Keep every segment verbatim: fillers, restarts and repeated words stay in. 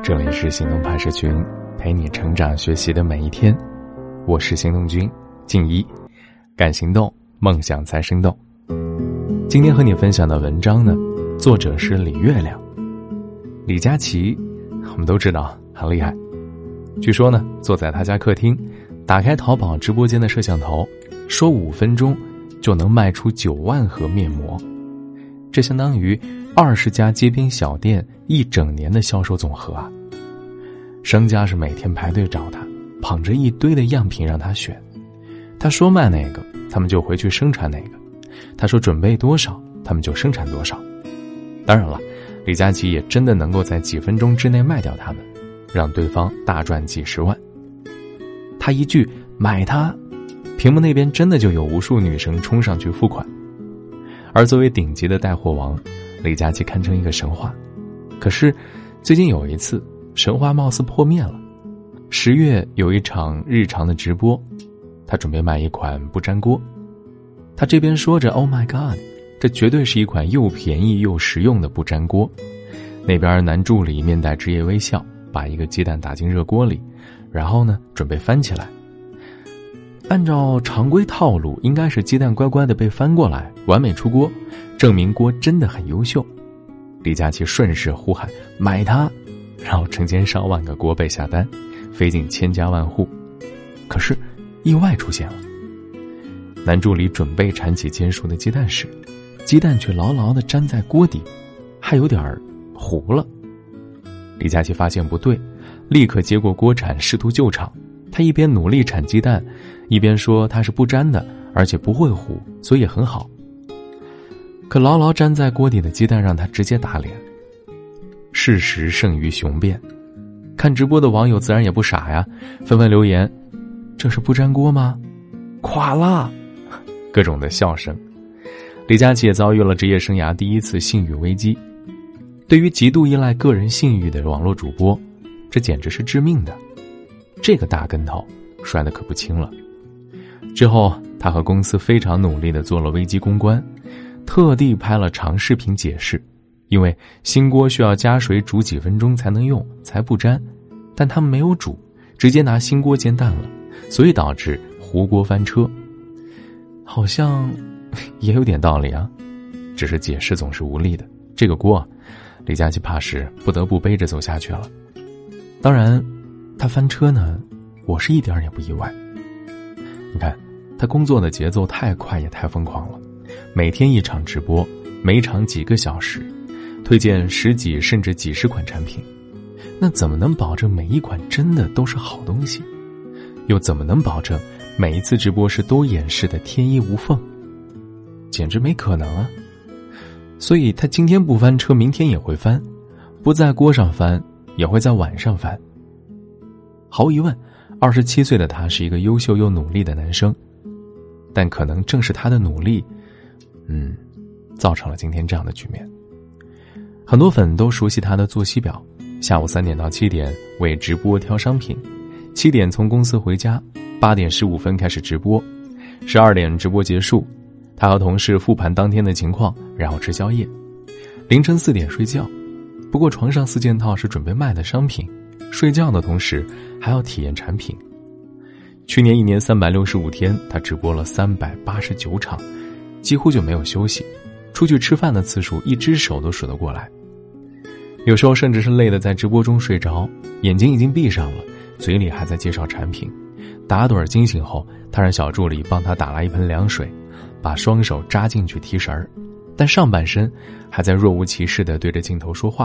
这里是行动派社群，陪你成长学习的每一天。我是行动君静一，敢行动，梦想才生动。今天和你分享的文章呢，作者是李月亮。李佳琦我们都知道很厉害，据说呢，坐在他家客厅，打开淘宝直播间的摄像头，说五分钟就能卖出九万盒面膜，这相当于二十家街边小店一整年的销售总和啊！商家是每天排队找他，捧着一堆的样品让他选。他说卖哪个，他们就回去生产哪个；他说准备多少，他们就生产多少。当然了，李佳琦也真的能够在几分钟之内卖掉他们，让对方大赚几十万。他一句买它，屏幕那边真的就有无数女生冲上去付款。而作为顶级的带货王，李佳琦堪称一个神话。可是最近有一次，神话貌似破灭了。十月有一场日常的直播，他准备卖一款不粘锅。他这边说着 Oh my god， 这绝对是一款又便宜又实用的不粘锅。那边男助理面带职业微笑，把一个鸡蛋打进热锅里，然后呢准备翻起来。按照常规套路，应该是鸡蛋乖乖的被翻过来，完美出锅，证明锅真的很优秀。李佳琦顺势呼喊买它，然后成千上万个锅被下单，飞进千家万户。可是意外出现了，男助理准备铲起煎熟的鸡蛋时，鸡蛋却牢牢地粘在锅底，还有点糊了。李佳琦发现不对，立刻接过锅铲试图救场。他一边努力铲鸡蛋，一边说它是不粘的，而且不会糊，所以很好。可牢牢粘在锅底的鸡蛋让他直接打脸。事实胜于雄辩，看直播的网友自然也不傻呀，纷纷留言：这是不粘锅吗？垮啦！各种的笑声。李佳琦也遭遇了职业生涯第一次信誉危机。对于极度依赖个人信誉的网络主播，这简直是致命的。这个大跟头摔得可不轻了。之后他和公司非常努力地做了危机公关，特地拍了长视频解释，因为新锅需要加水煮几分钟才能用，才不粘，但他们没有煮，直接拿新锅煎蛋了，所以导致糊锅翻车。好像也有点道理啊，只是解释总是无力的。这个锅李佳琦怕是不得不背着走下去了。当然他翻车呢，我是一点也不意外。你看他工作的节奏太快也太疯狂了，每天一场直播，每场几个小时，推荐十几甚至几十款产品。那怎么能保证每一款真的都是好东西？又怎么能保证每一次直播时都演示的天衣无缝？简直没可能啊！所以他今天不翻车，明天也会翻，不在锅上翻，也会在碗上翻。毫无疑问，二十七岁的他是一个优秀又努力的男生，但可能正是他的努力，嗯，造成了今天这样的局面。很多粉都熟悉他的作息表，下午三点到七点为直播挑商品，七点从公司回家，八点十五分开始直播，十二点直播结束，他和同事复盘当天的情况，然后吃宵夜，凌晨四点睡觉。不过床上四件套是准备卖的商品，睡觉的同时还要体验产品。去年一年三百六十五天，他直播了三百八十九场，几乎就没有休息。出去吃饭的次数一只手都数得过来。有时候甚至是累得在直播中睡着，眼睛已经闭上了，嘴里还在介绍产品。打盹惊醒后，他让小助理帮他打来一盆凉水，把双手扎进去提神儿，但上半身还在若无其事地对着镜头说话。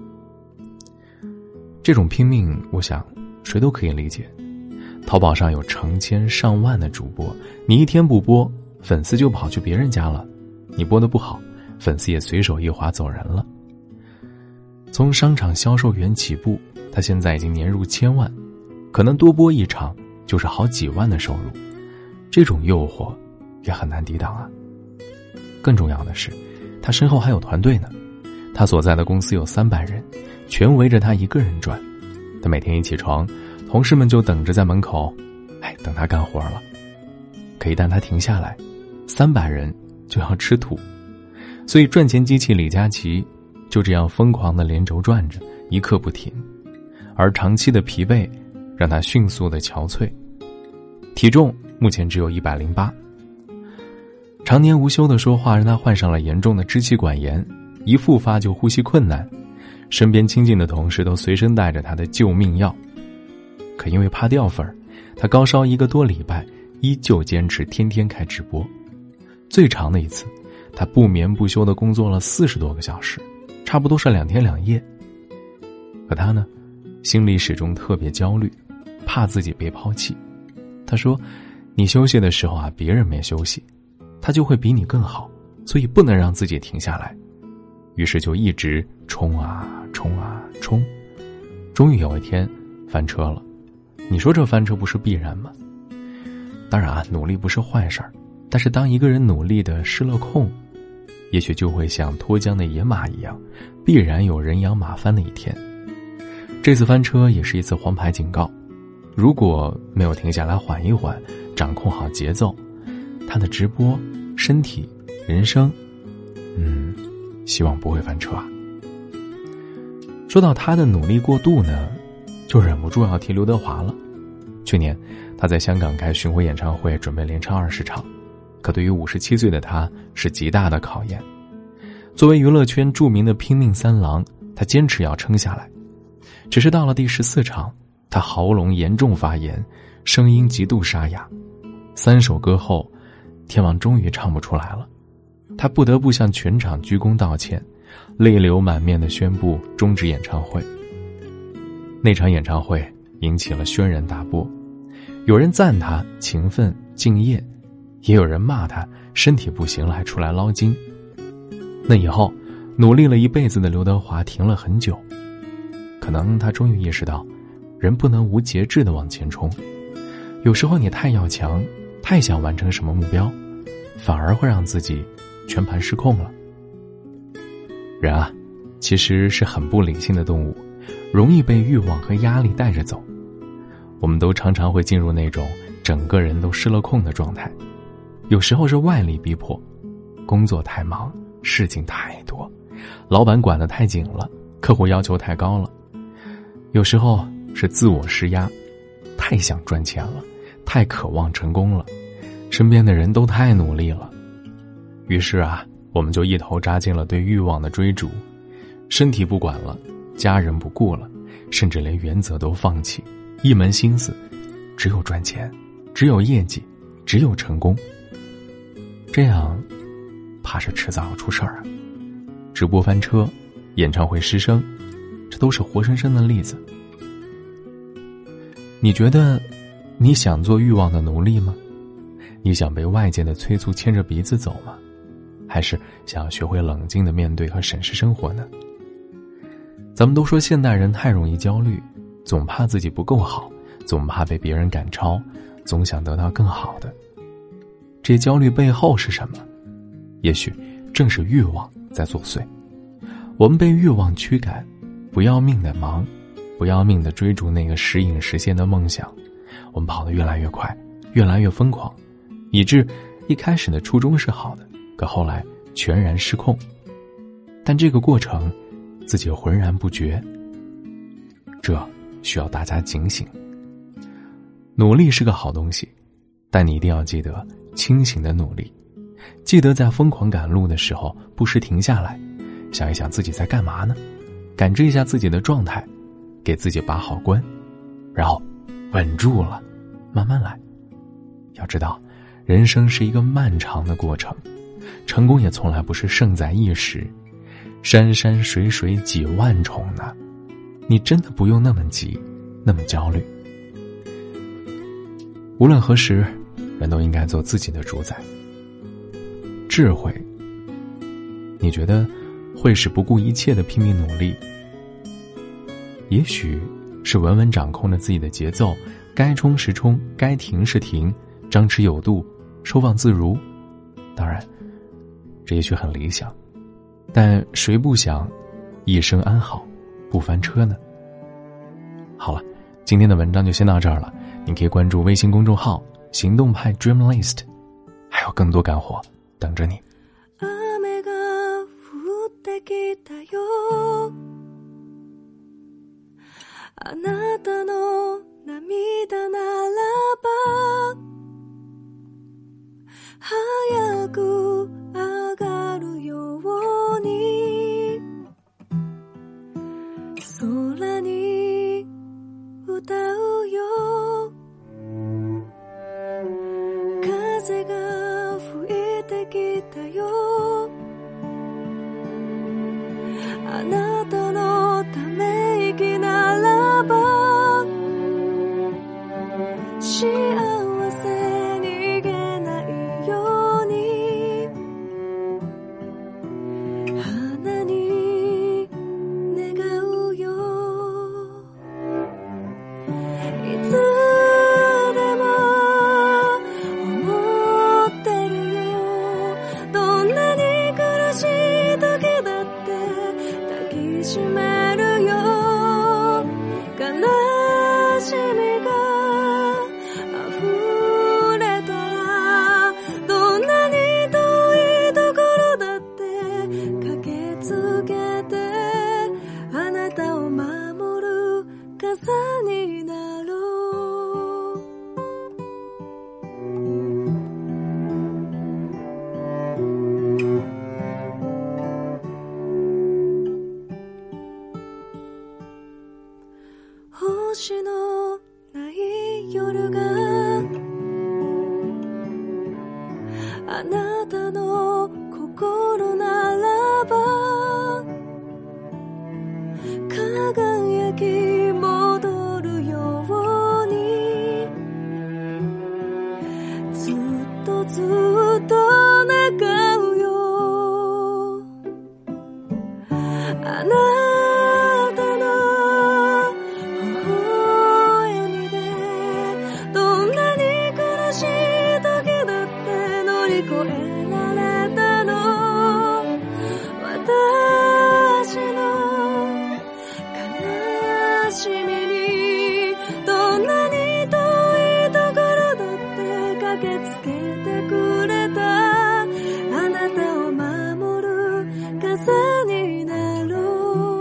这种拼命，我想谁都可以理解。淘宝上有成千上万的主播，你一天不播，粉丝就跑去别人家了，你播得不好，粉丝也随手一划走人了。从商场销售员起步，他现在已经年入千万，可能多播一场就是好几万的收入，这种诱惑也很难抵挡啊。更重要的是，他身后还有团队呢，他所在的公司有三百人，全围着他一个人转。他每天一起床，同事们就等着在门口，哎，等他干活了。可一旦他停下来，三百人就要吃土。所以赚钱机器李佳琦就这样疯狂的连轴转着，一刻不停。 而长期的疲惫让他迅速的憔悴，体重目前只有一百零八。常年无休的说话让他患上了严重的支气管炎，一复发就呼吸困难，身边亲近的同事都随身带着他的救命药。可因为怕掉粉，他高烧一个多礼拜，依旧坚持天天开直播。最长的一次，他不眠不休地工作了四十多个小时，差不多是两天两夜。可他呢，心里始终特别焦虑，怕自己被抛弃。他说，你休息的时候啊，别人没休息，他就会比你更好，所以不能让自己停下来。于是就一直冲啊冲啊冲，终于有一天翻车了。你说这翻车不是必然吗？当然啊，努力不是坏事儿，但是当一个人努力的失了控，也许就会像脱缰的野马一样，必然有人仰马翻的一天。这次翻车也是一次黄牌警告，如果没有停下来缓一缓，掌控好节奏，他的直播、身体、人生，嗯，希望不会翻车啊。说到他的努力过度呢，就忍不住要提刘德华了。去年他在香港开巡回演唱会，准备连唱二十场，可对于五十七岁的他是极大的考验。作为娱乐圈著名的拼命三郎，他坚持要撑下来。只是到了第十四场，他喉咙严重发炎，声音极度沙哑。三首歌后，天王终于唱不出来了，他不得不向全场鞠躬道歉，泪流满面地宣布终止演唱会。那场演唱会引起了轩然大波，有人赞他勤奋敬业，也有人骂他身体不行了还出来捞金。那以后努力了一辈子的刘德华停了很久，可能他终于意识到，人不能无节制地往前冲。有时候你太要强，太想完成什么目标，反而会让自己全盘失控了。人啊，其实是很不理性的动物，容易被欲望和压力带着走。我们都常常会进入那种整个人都失了控的状态，有时候是外力逼迫，工作太忙，事情太多，老板管得太紧了，客户要求太高了。有时候是自我施压，太想赚钱了，太渴望成功了，身边的人都太努力了。于是啊，我们就一头扎进了对欲望的追逐，身体不管了，家人不顾了，甚至连原则都放弃，一门心思只有赚钱，只有业绩，只有成功。这样怕是迟早要出事儿啊。直播翻车，演唱会失声，这都是活生生的例子。你觉得你想做欲望的奴隶吗？你想被外界的催促牵着鼻子走吗？还是想要学会冷静地面对和审视生活呢？咱们都说现代人太容易焦虑，总怕自己不够好，总怕被别人赶超，总想得到更好的。这些焦虑背后是什么？也许正是欲望在作祟。我们被欲望驱赶，不要命的忙，不要命的追逐那个时隐时现的梦想。我们跑得越来越快，越来越疯狂，以致一开始的初衷是好的，可后来全然失控。但这个过程自己浑然不觉，这需要大家警醒。努力是个好东西，但你一定要记得清醒的努力，记得在疯狂赶路的时候不时停下来，想一想自己在干嘛呢，感知一下自己的状态，给自己把好关，然后稳住了，慢慢来。要知道，人生是一个漫长的过程，成功也从来不是胜在一时，山山水水几万重呢，你真的不用那么急，那么焦虑。无论何时，人都应该做自己的主宰。智慧，你觉得会是不顾一切的拼命努力，也许是稳稳掌控着自己的节奏，该冲时冲，该停时停，张弛有度，收放自如。当然，这也许很理想，但谁不想一生安好，不翻车呢？好了，今天的文章就先到这儿了。你可以关注微信公众号行動派 Dream List， 还有更多干货等着你。 雨が降ってきたよ、 あなたの涙ならば早く上がるように空に歌うよ。風が吹いてきたよ。あなたのため息ならば幸せ逃げないように花に願うよ。いつでも思ってるよ。どんなに苦しい時だって抱きしめるよ。悲しみが溢れたらどんなに遠いところだって駆けつけてあなたを守る傘になろう。星のない夜があなたの心ならば輝き戻るようにずっとずっと願うよ。あなたの微笑みでどんなに苦しい時だって乗り越えられたの。私の悲しみにどんなに遠いところだって駆けつけてくれたあなたを守る傘になろう。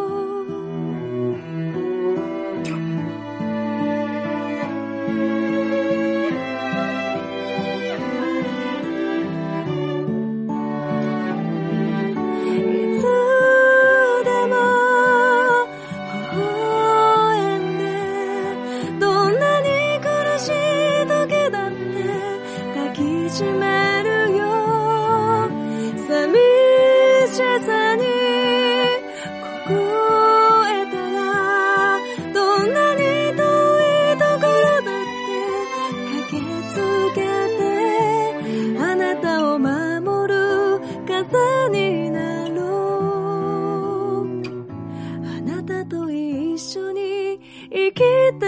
いつでも微笑んでどんなに苦しい時だって抱きしめるよ。寂しさに凍えたらどんなに遠いところだって駆けつけてあなたを守る傘になろう。あなたと一緒に生きて